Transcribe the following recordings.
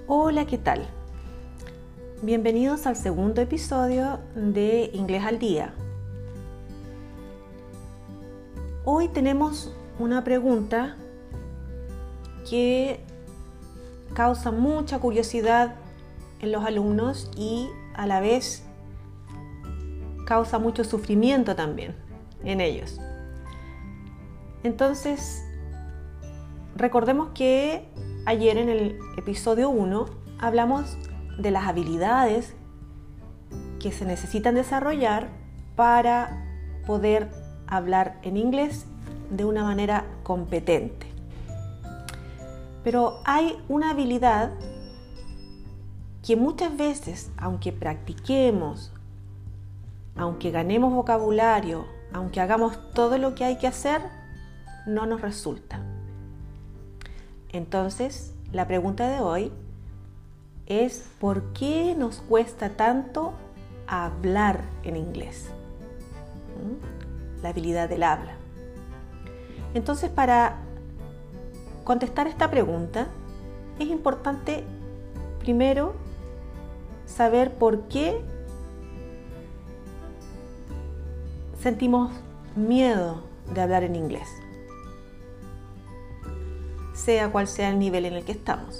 Hola, ¿qué tal? Bienvenidos al segundo episodio de Inglés al Día. Hoy tenemos una pregunta que causa mucha curiosidad en los alumnos y a la vez causa mucho sufrimiento también en ellos. Entonces, recordemos que ayer en el episodio 1 hablamos de las habilidades que se necesitan desarrollar para poder hablar en inglés de una manera competente. Pero hay una habilidad que muchas veces, aunque practiquemos, aunque ganemos vocabulario, aunque hagamos todo lo que hay que hacer, no nos resulta. Entonces, la pregunta de hoy es ¿por qué nos cuesta tanto hablar en inglés? La habilidad del habla. Entonces, para contestar esta pregunta, es importante primero saber por qué sentimos miedo de hablar en inglés, sea cual sea el nivel en el que estamos.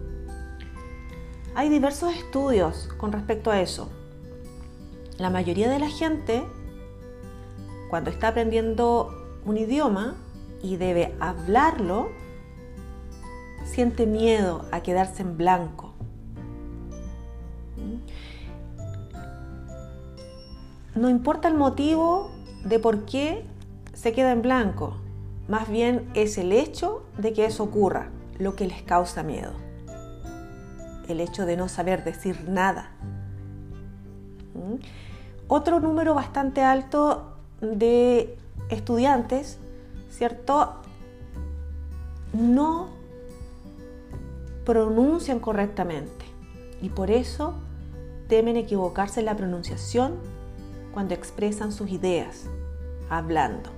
Hay diversos estudios con respecto a eso. La mayoría de la gente, cuando está aprendiendo un idioma y debe hablarlo, siente miedo a quedarse en blanco. No importa el motivo de por qué se queda en blanco, más bien es el hecho de que eso ocurra lo que les causa miedo. El hecho de no saber decir nada. Otro número bastante alto de estudiantes, ¿cierto?, no pronuncian correctamente y por eso temen equivocarse en la pronunciación cuando expresan sus ideas hablando.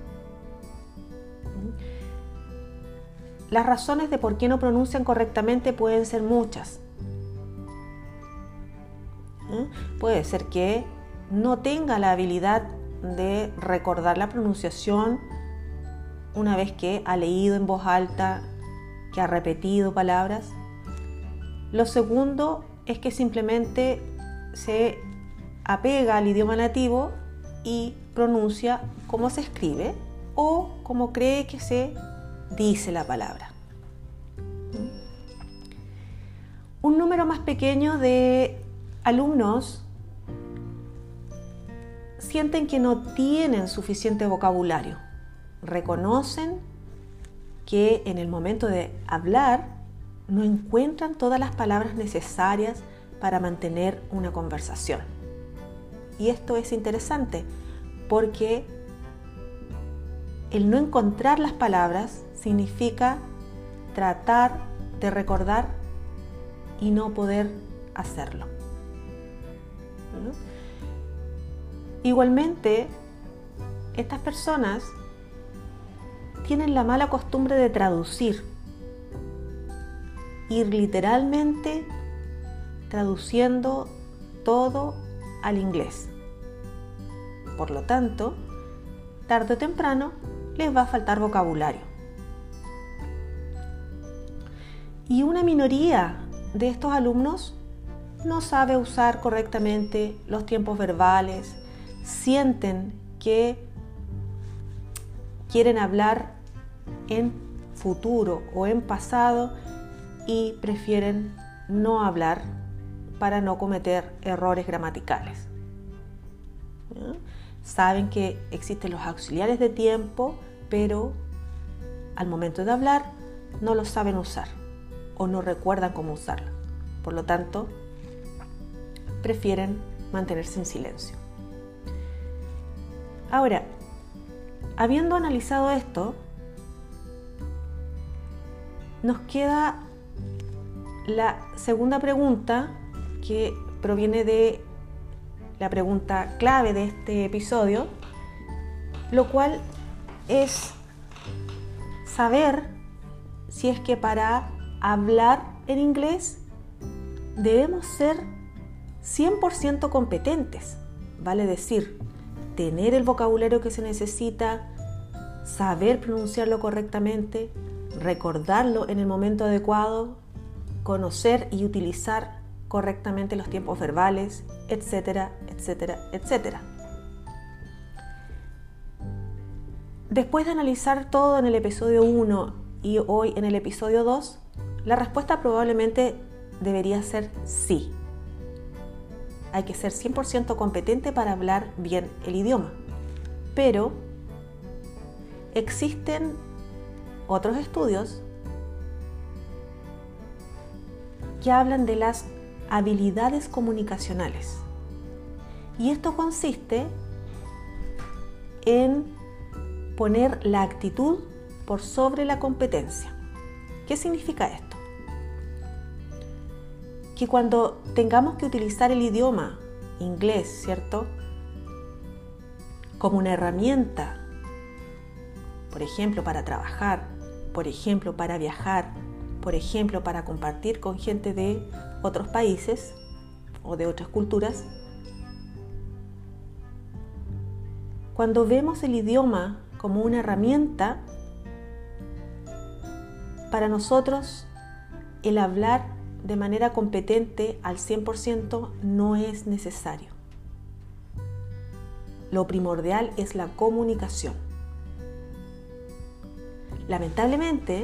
Las razones de por qué no pronuncian correctamente pueden ser muchas. Puede ser que no tenga la habilidad de recordar la pronunciación una vez que ha leído en voz alta, que ha repetido palabras. Lo segundo es que simplemente se apega al idioma nativo y pronuncia como se escribe o como cree que se dice la palabra. Un número más pequeño de alumnos sienten que no tienen suficiente vocabulario. Reconocen que en el momento de hablar no encuentran todas las palabras necesarias para mantener una conversación. Y esto es interesante porque el no encontrar las palabras significa tratar de recordar y no poder hacerlo. Igualmente, estas personas tienen la mala costumbre de traducir, ir literalmente traduciendo todo al inglés. Por lo tanto, tarde o temprano les va a faltar vocabulario. Y una minoría de estos alumnos no sabe usar correctamente los tiempos verbales, sienten que quieren hablar en futuro o en pasado y prefieren no hablar para no cometer errores gramaticales. Saben que existen los auxiliares de tiempo, pero al momento de hablar no los saben usar o no recuerdan cómo usarlos. Por lo tanto, prefieren mantenerse en silencio. Ahora, habiendo analizado esto, nos queda la segunda pregunta que proviene de la pregunta clave de este episodio, lo cual es saber si es que para hablar en inglés debemos ser 100% competentes, vale decir, tener el vocabulario que se necesita, saber pronunciarlo correctamente, recordarlo en el momento adecuado, conocer y utilizar correctamente los tiempos verbales, etcétera, etcétera, etcétera. Después de analizar todo en el episodio 1 y hoy en el episodio 2, la respuesta probablemente debería ser sí. Hay que ser 100% competente para hablar bien el idioma. Pero existen otros estudios que hablan de las habilidades comunicacionales. Y esto consiste en poner la actitud por sobre la competencia. ¿Qué significa esto? Que cuando tengamos que utilizar el idioma inglés, ¿cierto?, como una herramienta, por ejemplo, para trabajar, por ejemplo, para viajar, por ejemplo, para compartir con gente de otros países o de otras culturas, cuando vemos el idioma como una herramienta, para nosotros el hablar de manera competente al 100% no es necesario. Lo primordial es la comunicación. Lamentablemente,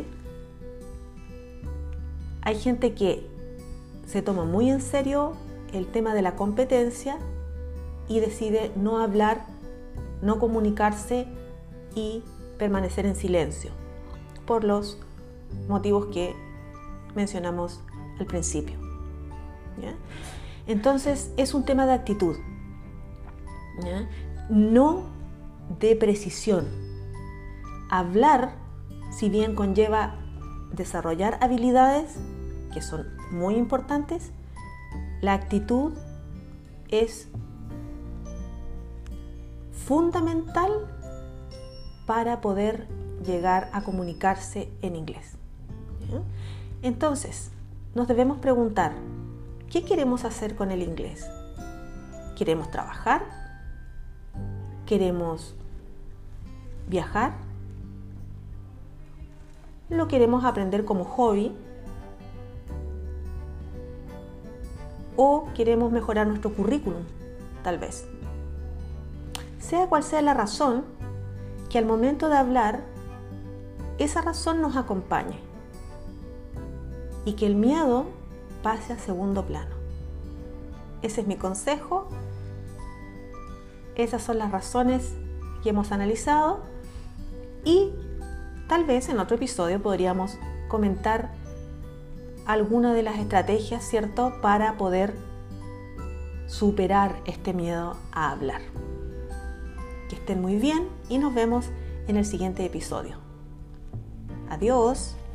hay gente que se toma muy en serio el tema de la competencia y decide no hablar, no comunicarse y permanecer en silencio por los motivos que mencionamos al principio. ¿Ya? Entonces es un tema de actitud, ¿ya? No de precisión. Hablar, si bien conlleva desarrollar habilidades que son muy importantes, la actitud es fundamental para poder llegar a comunicarse en inglés. ¿Ya? Entonces, nos debemos preguntar, ¿qué queremos hacer con el inglés? ¿Queremos trabajar? ¿Queremos viajar? ¿Lo queremos aprender como hobby? ¿O queremos mejorar nuestro currículum? Tal vez. Sea cual sea la razón, que al momento de hablar, esa razón nos acompañe y que el miedo pase a segundo plano. Ese es mi consejo. Esas son las razones que hemos analizado y tal vez en otro episodio podríamos comentar alguna de las estrategias, ¿cierto?, para poder superar este miedo a hablar. Que estén muy bien y nos vemos en el siguiente episodio. Adiós.